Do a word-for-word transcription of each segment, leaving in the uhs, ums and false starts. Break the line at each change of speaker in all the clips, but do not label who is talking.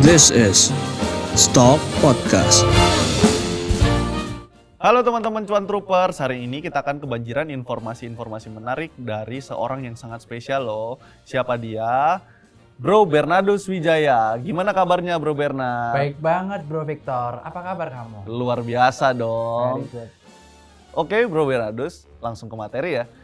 This is Stock Podcast.
Halo teman-teman Cuan Troopers, hari ini kita akan kebanjiran informasi-informasi menarik dari seorang yang sangat spesial loh. Siapa dia? Bro Bernardus Wijaya. Gimana kabarnya Bro Bernard?
Baik banget Bro Victor, apa kabar kamu?
Luar biasa dong.
Very good.
Oke Bro Bernardus, langsung ke materi ya.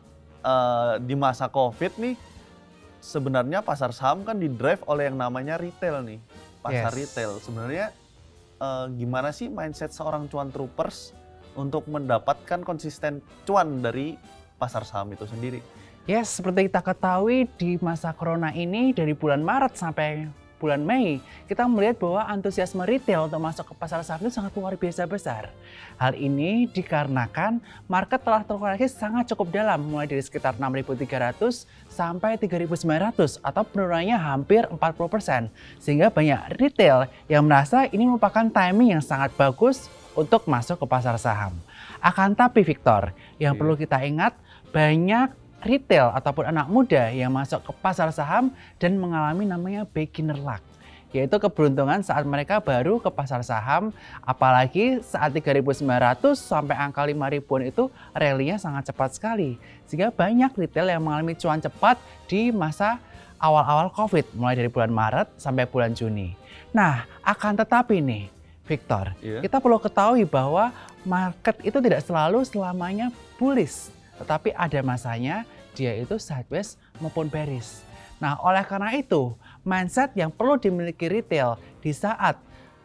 Uh, di masa Covid nih, sebenarnya pasar saham kan didrive oleh yang namanya retail nih. Pasar
Yes.
retail. Sebenarnya uh, gimana sih mindset seorang Cuan Troopers untuk mendapatkan konsisten cuan dari pasar saham itu sendiri?
Yes, seperti kita ketahui di masa corona ini dari bulan Maret sampai bulan Mei, kita melihat bahwa antusiasme retail untuk masuk ke pasar saham itu sangat luar biasa besar. Hal ini dikarenakan market telah terkoreksi sangat cukup dalam, mulai dari sekitar enam ribu tiga ratus sampai tiga ribu sembilan ratus atau penurunannya hampir empat puluh persen. Sehingga banyak retail yang merasa ini merupakan timing yang sangat bagus untuk masuk ke pasar saham. Akan tapi Victor, yang
Iya.
perlu kita ingat, banyak retail ataupun anak muda yang masuk ke pasar saham dan mengalami namanya beginner luck, yaitu keberuntungan saat mereka baru ke pasar saham, apalagi saat tiga ribu sembilan ratus sampai angka lima ribuan itu rally-nya sangat cepat sekali, sehingga banyak retail yang mengalami cuan cepat di masa awal-awal Covid, mulai dari bulan Maret sampai bulan Juni. Nah, akan tetapi nih Victor,
Iya.
kita perlu ketahui bahwa market itu tidak selalu selamanya bullish, tetapi ada masanya dia itu sideways maupun bearish. Nah, oleh karena itu, mindset yang perlu dimiliki retail di saat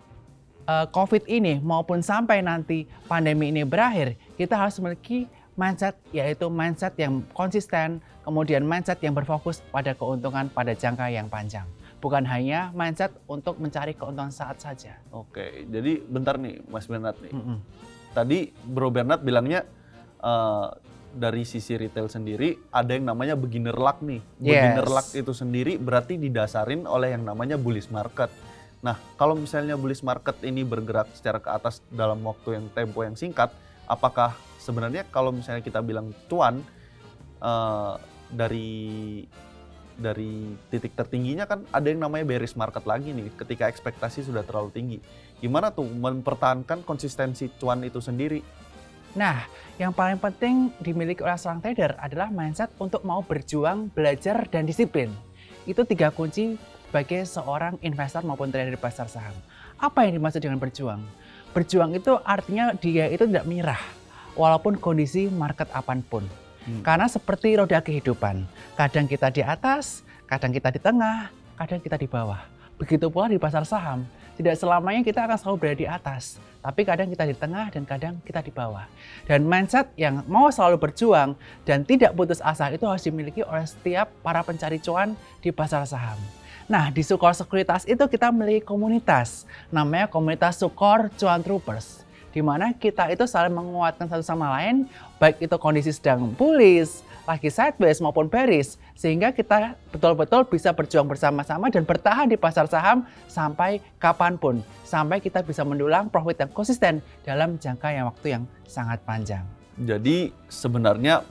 uh, Covid ini maupun sampai nanti pandemi ini berakhir, kita harus memiliki mindset, yaitu mindset yang konsisten, kemudian mindset yang berfokus pada keuntungan pada jangka yang panjang. Bukan hanya mindset untuk mencari keuntungan saat saja.
Oke, jadi bentar nih Mas Bernard nih.
Mm-mm.
Tadi Bro Bernard bilangnya uh, dari sisi retail sendiri ada yang namanya beginner luck nih. Beginner
Yes.
luck itu sendiri berarti didasarin oleh yang namanya bullish market. Nah, kalau misalnya bullish market ini bergerak secara ke atas dalam waktu yang tempo yang singkat, apakah sebenarnya kalau misalnya kita bilang cuan uh, dari dari titik tertingginya kan ada yang namanya bearish market lagi nih ketika ekspektasi sudah terlalu tinggi. Gimana tuh mempertahankan konsistensi cuan itu sendiri?
Nah, yang paling penting dimiliki oleh seorang trader adalah mindset untuk mau berjuang, belajar, dan disiplin. Itu tiga kunci bagi seorang investor maupun trader di pasar saham. Apa yang dimaksud dengan berjuang? Berjuang itu artinya dia itu tidak menyerah, walaupun kondisi market apapun. Hmm. Karena seperti roda kehidupan, kadang kita di atas, kadang kita di tengah, kadang kita di bawah. Begitu pula di pasar saham, tidak selamanya kita akan selalu berada di atas, tapi kadang kita di tengah dan kadang kita di bawah. Dan mindset yang mau selalu berjuang dan tidak putus asa itu harus dimiliki oleh setiap para pencari cuan di pasar saham. Nah, di Sukor Sekuritas itu kita memiliki komunitas, namanya komunitas Sukor Cuan Troopers, di mana kita itu saling menguatkan satu sama lain, baik itu kondisi sedang bullish, lagi sideways maupun bearish, sehingga kita betul-betul bisa berjuang bersama-sama dan bertahan di pasar saham sampai kapanpun, sampai kita bisa mendulang profit yang konsisten dalam jangka yang waktu yang sangat panjang.
Jadi sebenarnya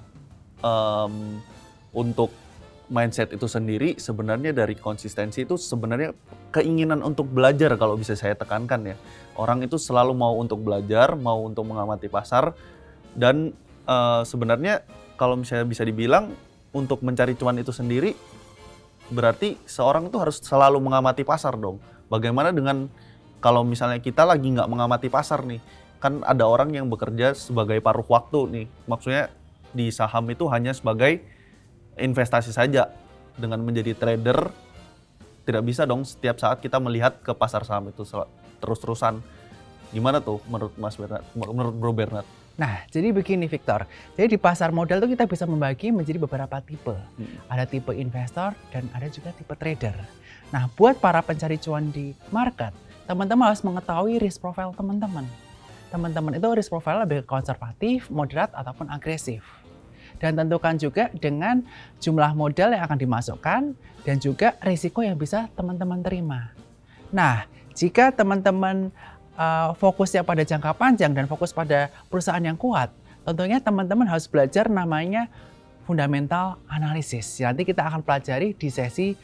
um, untuk mindset itu sendiri sebenarnya dari konsistensi itu sebenarnya keinginan untuk belajar kalau bisa saya tekankan ya. Orang itu selalu mau untuk belajar, mau untuk mengamati pasar dan uh, sebenarnya kalau misalnya bisa dibilang untuk mencari cuan itu sendiri berarti seorang itu harus selalu mengamati pasar dong. Bagaimana dengan kalau misalnya kita lagi nggak mengamati pasar nih, kan ada orang yang bekerja sebagai paruh waktu nih, maksudnya di saham itu hanya sebagai investasi saja. Dengan menjadi trader tidak bisa dong setiap saat kita melihat ke pasar saham itu terus-terusan. Gimana tuh menurut Mas Bernard, menurut Bro Bernard?
Nah, jadi begini Victor. Jadi di pasar modal itu kita bisa membagi menjadi beberapa tipe. Hmm. Ada tipe investor dan ada juga tipe trader. Nah, buat para pencari cuan di market, teman-teman harus mengetahui risk profile teman-teman. Teman-teman itu risk profile lebih konservatif, moderat, ataupun agresif. Dan tentukan juga dengan jumlah modal yang akan dimasukkan dan juga risiko yang bisa teman-teman terima. Nah, jika teman-teman uh, fokusnya pada jangka panjang dan fokus pada perusahaan yang kuat, tentunya teman-teman harus belajar namanya fundamental analisis. Nanti kita akan pelajari di sesi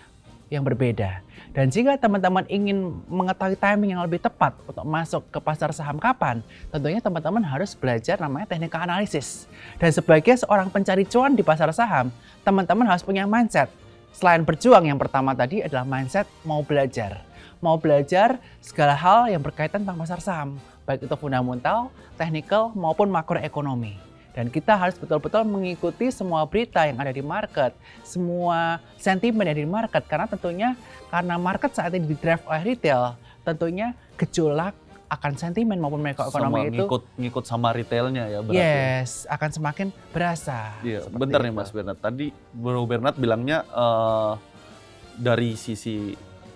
yang berbeda. Dan jika teman-teman ingin mengetahui timing yang lebih tepat untuk masuk ke pasar saham kapan, tentunya teman-teman harus belajar namanya teknikal analisis. Dan sebagai seorang pencari cuan di pasar saham, teman-teman harus punya mindset. Selain berjuang, yang pertama tadi adalah mindset mau belajar. Mau belajar segala hal yang berkaitan tentang pasar saham, baik itu fundamental, teknikal, maupun makroekonomi. Dan kita harus betul-betul mengikuti semua berita yang ada di market, semua sentimen yang ada di market. Karena tentunya karena market saat ini di-drive oleh retail, tentunya gejolak akan sentimen maupun makroekonomi itu
ngikut, ngikut sama retailnya ya berarti.
Yes, akan semakin berasa.
Iya, bentar nih Mas Bernard. Tadi Bro Bernard bilangnya uh, dari sisi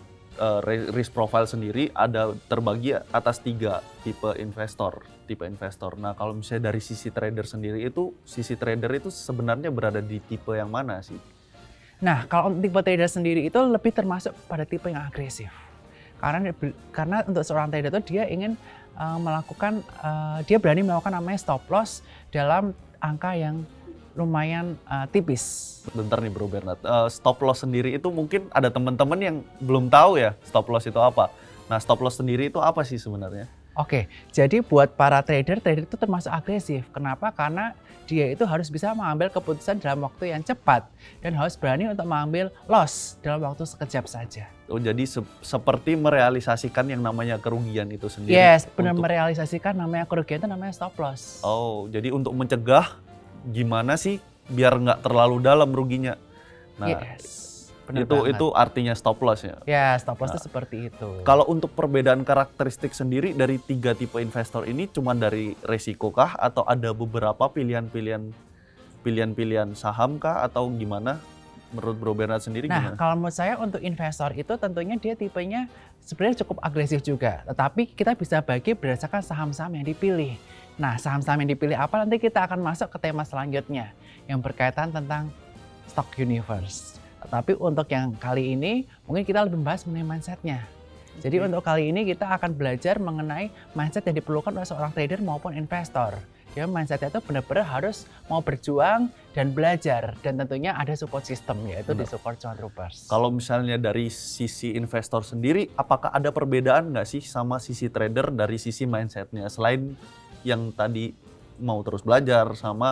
uh, risk profile sendiri ada terbagi atas tiga tipe investor. tipe investor. Nah, kalau misalnya dari sisi trader sendiri itu, sisi trader itu sebenarnya berada di tipe yang mana sih?
Nah, kalau untuk tipe trader sendiri itu lebih termasuk pada tipe yang agresif. Karena karena untuk seorang trader itu dia ingin uh, melakukan, uh, dia berani melakukan namanya stop loss dalam angka yang lumayan uh, tipis.
Bentar nih Bro Bernard, uh, stop loss sendiri itu mungkin ada teman-teman yang belum tahu ya stop loss itu apa. Nah, stop loss sendiri itu apa sih sebenarnya?
Oke, jadi buat para trader, trader itu termasuk agresif. Kenapa? Karena dia itu harus bisa mengambil keputusan dalam waktu yang cepat dan harus berani untuk mengambil loss dalam waktu sekejap saja.
Oh, jadi se- seperti merealisasikan yang namanya kerugian itu sendiri.
Yes, benar
untuk...
merealisasikan namanya kerugian itu namanya stop loss.
Oh, jadi untuk mencegah gimana sih biar nggak terlalu dalam ruginya. Nah,
yes. Benar
itu
banget.
itu artinya stop loss ya.
Ya, stop loss
Nah,
itu seperti itu.
Kalau untuk perbedaan karakteristik sendiri dari tiga tipe investor ini cuma dari resiko kah atau ada beberapa pilihan-pilihan pilihan-pilihan saham kah atau gimana? Menurut Bro Bernard sendiri
Nah,
gimana?
kalau menurut saya untuk investor itu tentunya dia tipenya sebenarnya cukup agresif juga. Tetapi kita bisa bagi berdasarkan saham-saham yang dipilih. Nah, saham-saham yang dipilih apa nanti kita akan masuk ke tema selanjutnya yang berkaitan tentang stock universe. Tapi untuk yang kali ini mungkin kita lebih membahas mengenai mindsetnya. Jadi okay. Untuk kali ini kita akan belajar mengenai mindset yang diperlukan oleh seorang trader maupun investor. Jadi mindsetnya itu benar-benar harus mau berjuang dan belajar. Dan tentunya ada support system yaitu Benar. Di support Cuan Troopers.
Kalau misalnya dari sisi investor sendiri, apakah ada perbedaan nggak sih sama sisi trader dari sisi mindsetnya? Selain yang tadi mau terus belajar sama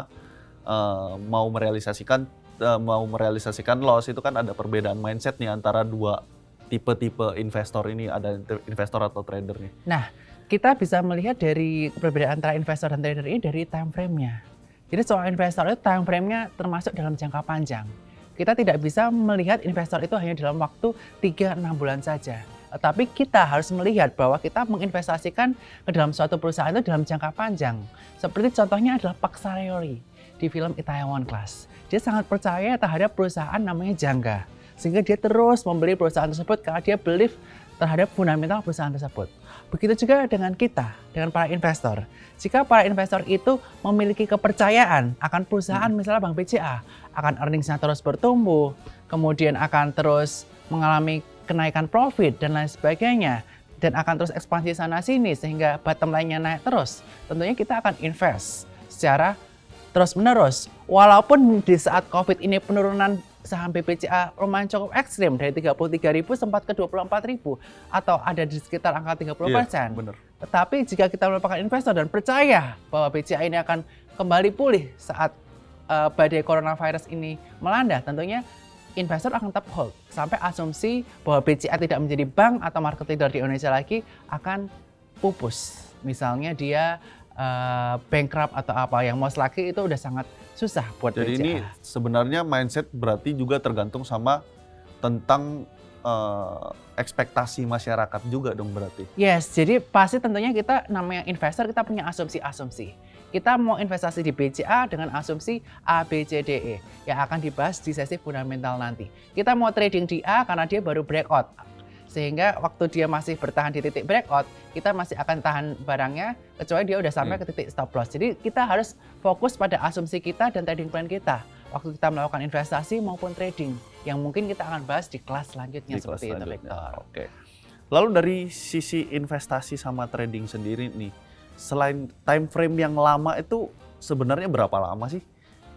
uh, mau merealisasikan mau merealisasikan loss, itu kan ada perbedaan mindset nih antara dua tipe-tipe investor ini, ada investor atau trader nih.
Nah, kita bisa melihat dari perbedaan antara investor dan trader ini dari time frame-nya. Jadi soal investor itu time frame-nya termasuk dalam jangka panjang. Kita tidak bisa melihat investor itu hanya dalam waktu tiga sampai enam bulan saja. Tapi kita harus melihat bahwa kita menginvestasikan ke dalam suatu perusahaan itu dalam jangka panjang. Seperti contohnya adalah Park Sareori di film Itaewon Class. Dia sangat percaya terhadap perusahaan namanya Jangga. Sehingga dia terus membeli perusahaan tersebut karena dia believe terhadap fundamental perusahaan tersebut. Begitu juga dengan kita, dengan para investor. Jika para investor itu memiliki kepercayaan akan perusahaan, hmm. misalnya Bank B C A, akan earnings-nya terus bertumbuh, kemudian akan terus mengalami kenaikan profit dan lain sebagainya, dan akan terus ekspansi sana-sini sehingga bottom line-nya naik terus, tentunya kita akan invest secara terus-menerus. Walaupun di saat COVID ini penurunan saham B B C A lumayan cukup ekstrim dari tiga puluh tiga ribu sempat ke dua puluh empat ribu atau ada di sekitar angka tiga puluh persen.
Iya, benar.
Tetapi jika kita merupakan investor dan percaya bahwa B C A ini akan kembali pulih saat uh, badai coronavirus ini melanda, tentunya investor akan tetap hold sampai asumsi bahwa B C A tidak menjadi bank atau market leader di Indonesia lagi akan pupus. Misalnya dia Uh, bankrupt atau apa yang most likely itu udah sangat susah buat
Jadi
B C A.
Ini sebenarnya mindset berarti juga tergantung sama tentang uh, ekspektasi masyarakat juga dong berarti.
Yes, jadi pasti tentunya kita namanya investor kita punya asumsi-asumsi. Kita mau investasi di B C A dengan asumsi A, B, C, D, E yang akan dibahas di sesi fundamental nanti. Kita mau trading di A karena dia baru breakout. Sehingga waktu dia masih bertahan di titik breakout, kita masih akan tahan barangnya kecuali dia udah sampai hmm. ke titik stop loss. Jadi kita harus fokus pada asumsi kita dan trading plan kita waktu kita melakukan investasi maupun trading yang mungkin kita akan bahas di kelas selanjutnya
di
seperti
kelas
itu,
Victor. Oke. Lalu dari sisi investasi sama trading sendiri nih, selain time frame yang lama itu sebenarnya berapa lama sih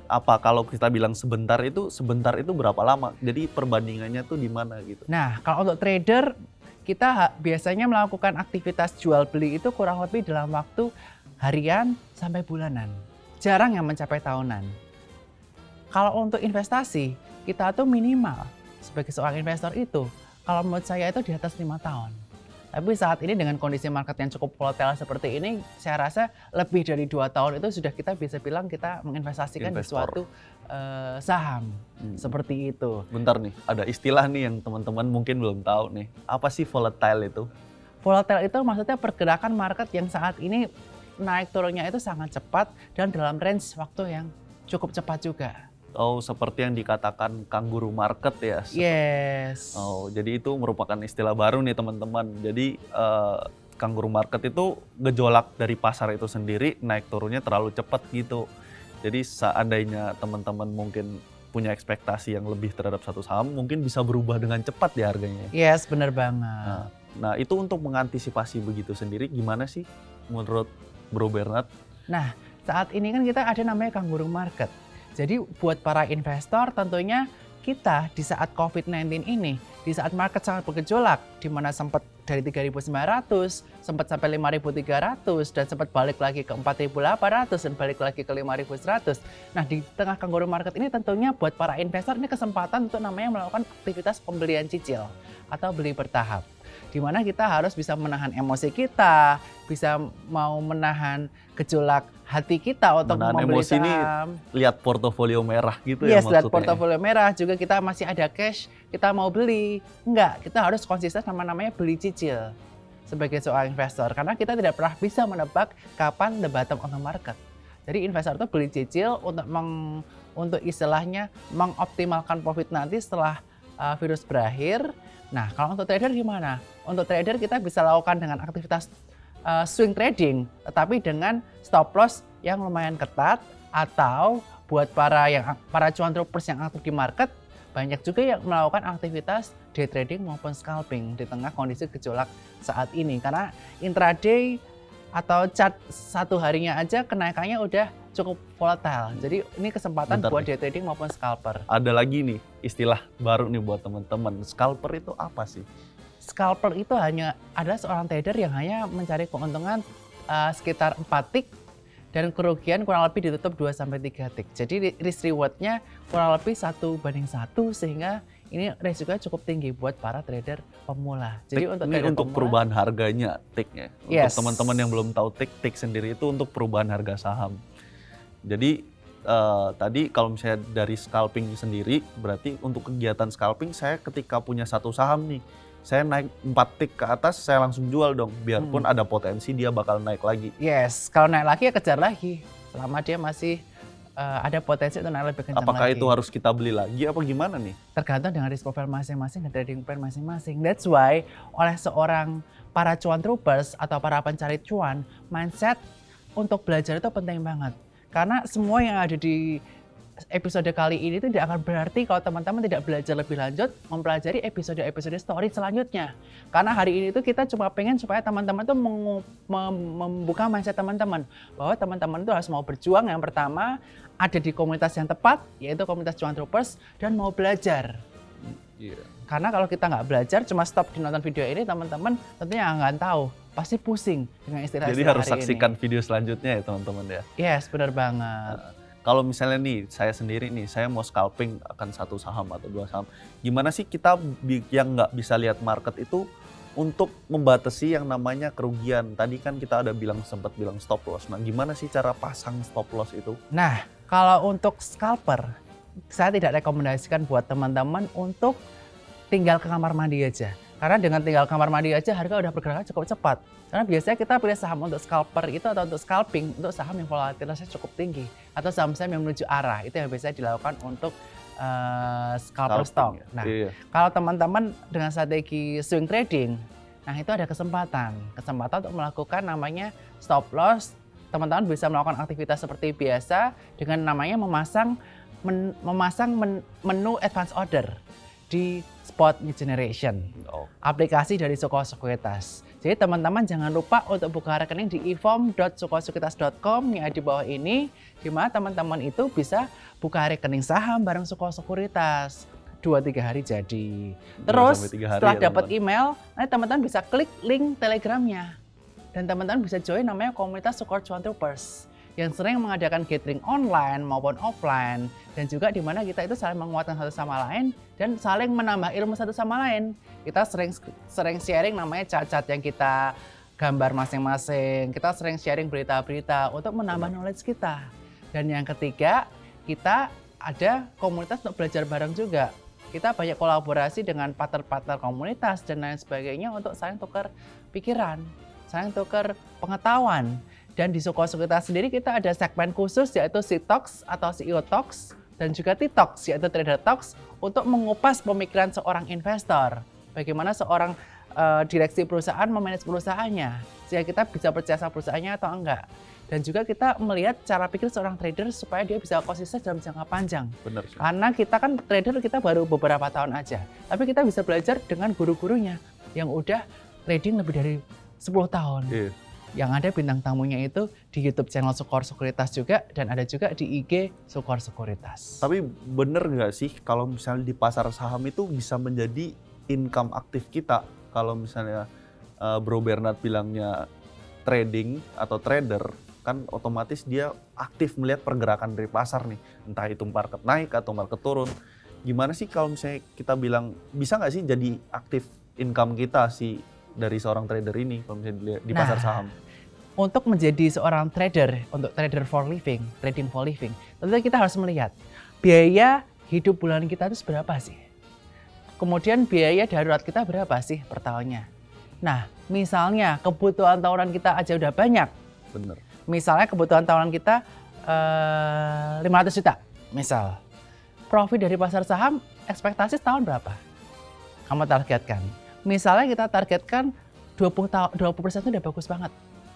apa kalau kita bilang sebentar itu sebentar itu berapa lama? Jadi perbandingannya tuh di mana gitu?
Nah, kalau untuk trader kita ha- biasanya melakukan aktivitas jual beli itu kurang lebih dalam waktu harian sampai bulanan. Jarang yang mencapai tahunan. Kalau untuk investasi, kita tuh minimal sebagai seorang investor itu, kalau menurut saya itu di atas lima tahun. Tapi saat ini dengan kondisi market yang cukup volatile seperti ini, saya rasa lebih dari dua tahun itu sudah kita bisa bilang kita menginvestasikan di
Investor.
suatu eh, saham.
Hmm.
Seperti itu.
Bentar nih, ada istilah nih yang teman-teman mungkin belum tahu nih. Apa sih volatile itu?
Volatile itu maksudnya pergerakan market yang saat ini naik turunnya itu sangat cepat dan dalam range waktu yang cukup cepat juga.
Oh, seperti yang dikatakan kangguru market ya? Sep-
Yes.
Oh, jadi itu merupakan istilah baru nih teman-teman. Jadi eh, kangguru market itu gejolak dari pasar itu sendiri, naik turunnya terlalu cepat gitu. Jadi seandainya teman-teman mungkin punya ekspektasi yang lebih terhadap satu saham, mungkin bisa berubah dengan cepat ya harganya.
Yes, benar banget.
Nah, nah itu untuk mengantisipasi begitu sendiri gimana sih menurut Bro Bernard?
Nah, saat ini kan kita ada namanya kangguru market. Jadi buat para investor tentunya kita di saat covid sembilan belas ini, di saat market sangat bergejolak, di mana sempat dari tiga ribu sembilan ratus, sempat sampai lima ribu tiga ratus, dan sempat balik lagi ke empat ribu delapan ratus, dan balik lagi ke lima ribu seratus. Nah, di tengah kangguru market ini tentunya buat para investor ini kesempatan untuk namanya melakukan aktivitas pembelian cicil atau beli bertahap. Di mana kita harus bisa menahan emosi kita, bisa mau menahan gejolak hati kita untuk
Menahan
membeli
emosi ini
saham.
Lihat portofolio merah gitu ya
Yes,
maksudnya.
lihat portofolio merah juga kita masih ada cash, kita mau beli. Enggak, kita harus konsisten sama namanya beli cicil sebagai seorang investor. Karena kita tidak pernah bisa menebak kapan the bottom of the market. Jadi investor itu beli cicil untuk meng, untuk istilahnya mengoptimalkan profit nanti setelah uh, virus berakhir. Nah, kalau untuk trader gimana? Untuk trader kita bisa lakukan dengan aktivitas uh, swing trading, tetapi dengan stop loss yang lumayan ketat, atau buat para yang para cuan troopers yang aktif di market, banyak juga yang melakukan aktivitas day trading maupun scalping di tengah kondisi gejolak saat ini. Karena intraday atau chart satu harinya aja kenaikannya udah cukup volatile. Jadi ini kesempatan
Bentar
buat
nih.
day trading maupun scalper.
Ada lagi nih istilah baru nih buat teman-teman. Scalper itu apa sih?
Scalper itu hanya adalah seorang trader yang hanya mencari keuntungan uh, sekitar empat tick dan kerugian kurang lebih ditutup dua sampai tiga tick. Jadi risk reward-nya kurang lebih satu banding satu sehingga ini resikonya cukup tinggi buat para trader pemula. Jadi
Tick
untuk
ini
trader
untuk
pemula,
perubahan harganya ticknya. Untuk
Yes.
teman-teman yang belum tahu tick, tick sendiri itu untuk perubahan harga saham. Jadi eh, tadi kalau misalnya dari scalping sendiri, berarti untuk kegiatan scalping saya ketika punya satu saham nih, saya naik empat tick ke atas, saya langsung jual dong. Biarpun
Hmm.
ada potensi dia bakal naik lagi.
yes, kalau naik lagi ya kejar lagi. Selama dia masih uh, ada potensi untuk naik lebih kencang
Apakah
lagi.
itu harus kita beli lagi apa gimana nih?
Tergantung dengan risk profile masing-masing dan trading plan masing-masing. That's why oleh seorang para cuan troopers atau para pencari cuan, mindset untuk belajar itu penting banget. Karena semua yang ada di episode kali ini tidak akan berarti kalau teman-teman tidak belajar lebih lanjut mempelajari episode-episode story selanjutnya. Karena hari ini tuh kita cuma pengen supaya teman-teman tuh mengu- mem- membuka mindset teman-teman bahwa teman-teman tuh harus mau berjuang. Yang pertama ada di komunitas yang tepat, yaitu komunitas cuan troopers, dan mau belajar.
Iya.
Karena kalau kita nggak belajar cuma stop di nonton video ini, teman-teman tentunya nggak tahu, pasti pusing dengan istilah-istilah
Jadi harus
hari
saksikan video selanjutnya ya teman-teman ya.
ini. Yes, benar banget.
Kalau misalnya nih, saya sendiri nih, saya mau scalping akan satu saham atau dua saham. Gimana sih kita bi- yang nggak bisa lihat market itu untuk membatasi yang namanya kerugian? Tadi kan kita ada bilang sempat bilang stop loss. Nah, gimana sih cara pasang stop loss itu?
Nah, kalau untuk scalper, saya tidak rekomendasikan buat teman-teman untuk tinggal ke kamar mandi aja. Karena dengan tinggal kamar mandi aja harga udah bergerak cukup cepat. Karena biasanya kita pilih saham untuk scalper itu atau untuk scalping untuk saham yang volatilitasnya cukup tinggi atau saham-saham yang menuju arah, itu yang biasanya dilakukan untuk uh, scalper stock.
ya?
Nah,
Iya.
kalau teman-teman dengan strategi swing trading, nah itu ada kesempatan, kesempatan untuk melakukan namanya stop loss. Teman-teman bisa melakukan aktivitas seperti biasa dengan namanya memasang men, memasang men, menu advance order di Spot New Generation,
Oh,
aplikasi dari Soko Sekuritas. Jadi teman-teman jangan lupa untuk buka rekening di e form dot sukosekuritas dot com yang ada di bawah ini, di mana teman-teman itu bisa buka rekening saham bareng Suko Sekuritas. dua tiga hari jadi. Terus
hari
setelah
ya,
dapat email, nanti teman-teman bisa klik link Telegramnya. Dan teman-teman bisa join namanya komunitas Sukor Cuan Troopers yang sering mengadakan gathering online maupun offline, dan juga di mana kita itu saling menguatkan satu sama lain dan saling menambah ilmu satu sama lain. Kita sering sering sharing namanya cat-cat yang kita gambar masing-masing. Kita sering sharing berita-berita untuk menambah knowledge kita. Dan yang ketiga, kita ada komunitas untuk belajar bareng juga. Kita banyak kolaborasi dengan partner-partner komunitas dan lain sebagainya untuk saling tukar pikiran, saling tukar pengetahuan. Dan di Suko Sekuritas sendiri kita ada segmen khusus yaitu C-Talks atau C E O Talks dan juga T-Talks yaitu Trader Talks untuk mengupas pemikiran seorang investor. Bagaimana seorang uh, direksi perusahaan memanage perusahaannya, sehingga kita bisa percaya sama perusahaannya atau enggak. Dan juga kita melihat cara pikir seorang trader supaya dia bisa konsisten dalam jangka panjang.
Benar.
Karena kita kan trader kita baru beberapa tahun aja, tapi kita bisa belajar dengan guru-gurunya yang udah trading lebih dari sepuluh tahun.
Iya.
Yang ada bintang tamunya itu di YouTube channel Sukor Sekuritas juga, dan ada juga di I G Sukor Sekuritas.
Tapi bener nggak sih kalau misalnya di pasar saham itu bisa menjadi income aktif kita? Kalau misalnya uh, Bro Bernard bilangnya trading atau trader, kan otomatis dia aktif melihat pergerakan dari pasar nih. Entah itu market naik atau market turun. Gimana sih kalau misalnya kita bilang, bisa nggak sih jadi aktif income kita sih dari seorang trader ini kalau misalnya dilihat di pasar
Nah,
saham?
Untuk menjadi seorang trader, untuk trader for living, trading for living, tentunya kita harus melihat biaya hidup bulanan kita itu seberapa sih. Kemudian biaya darurat kita berapa sih per tahunnya. Nah, misalnya kebutuhan tahunan kita aja udah banyak.
Bener.
Misalnya kebutuhan tahunan kita eh, lima ratus juta, misal. Profit dari pasar saham, ekspektasi tahun berapa? Kamu targetkan. Misalnya kita targetkan dua puluh persen itu udah bagus banget.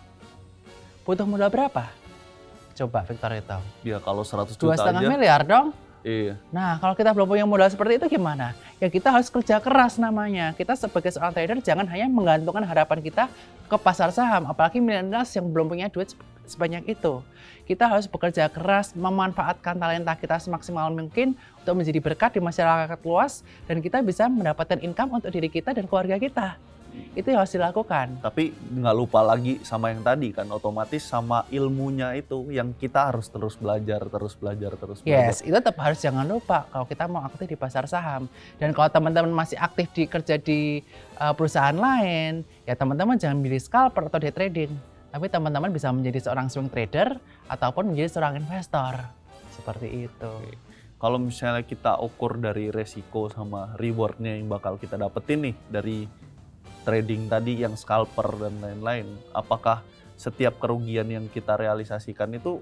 Butuh modal berapa? Coba Victor itu.
Ya kalau seratus
Dua
juta
setengah
aja.
miliar dong.
Iya.
Nah, kalau kita belum punya modal seperti itu gimana? Ya kita harus kerja keras namanya. Kita sebagai seorang trader jangan hanya menggantungkan harapan kita ke pasar saham, apalagi millennials yang belum punya duit sebanyak itu. Kita harus bekerja keras, memanfaatkan talenta kita semaksimal mungkin untuk menjadi berkat di masyarakat luas, dan kita bisa mendapatkan income untuk diri kita dan keluarga kita. Itu yang harus dilakukan.
Tapi nggak lupa lagi sama yang tadi kan, otomatis sama ilmunya itu yang kita harus terus belajar, terus belajar, terus belajar.
Yes, itu tetap harus jangan lupa kalau kita mau aktif di pasar saham. Dan kalau teman-teman masih aktif di kerja di uh, perusahaan lain, ya teman-teman jangan milih scalper atau day trading. Tapi teman-teman bisa menjadi seorang swing trader ataupun menjadi seorang investor. Seperti itu.
Oke. Kalau misalnya kita ukur dari resiko sama rewardnya yang bakal kita dapetin nih dari trading tadi yang scalper dan lain-lain, apakah setiap kerugian yang kita realisasikan itu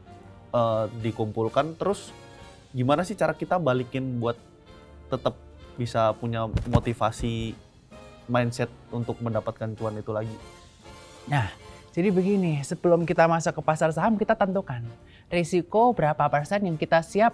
uh, dikumpulkan, terus gimana sih cara kita balikin buat tetap bisa punya motivasi mindset untuk mendapatkan cuan itu lagi?
Nah, jadi begini, sebelum kita masuk ke pasar saham, kita tentukan risiko berapa persen yang kita siap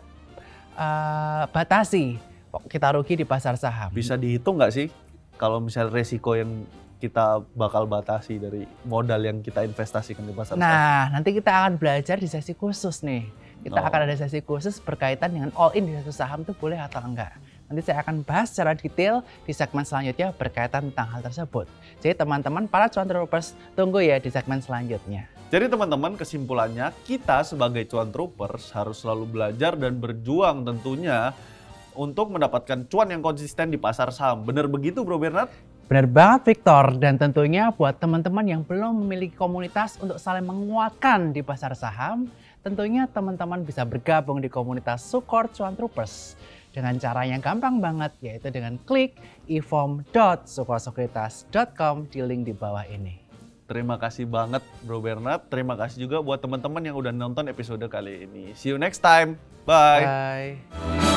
uh, batasi kita rugi di pasar saham.
Bisa dihitung nggak sih kalau misalnya resiko yang kita bakal batasi dari modal yang kita investasikan di pasar saham?
Nah, nanti kita akan belajar di sesi khusus nih. Kita
Oh.
akan ada sesi khusus berkaitan dengan all in di satu saham itu boleh atau enggak. Nanti saya akan bahas secara detail di segmen selanjutnya berkaitan tentang hal tersebut. Jadi teman-teman para cuan troopers tunggu ya di segmen selanjutnya.
Jadi teman-teman, kesimpulannya kita sebagai cuan troopers harus selalu belajar dan berjuang tentunya untuk mendapatkan cuan yang konsisten di pasar saham. Bener begitu Bro Bernard?
Benar banget Victor, dan tentunya buat teman-teman yang belum memiliki komunitas untuk saling menguatkan di pasar saham, tentunya teman-teman bisa bergabung di komunitas Sukor Cuan Troopers dengan cara yang gampang banget, yaitu dengan klik e form dot sukosekuritas dot com di link di bawah ini.
Terima kasih banget Bro Bernard, terima kasih juga buat teman-teman yang udah nonton episode kali ini. See you next time, bye!
Bye.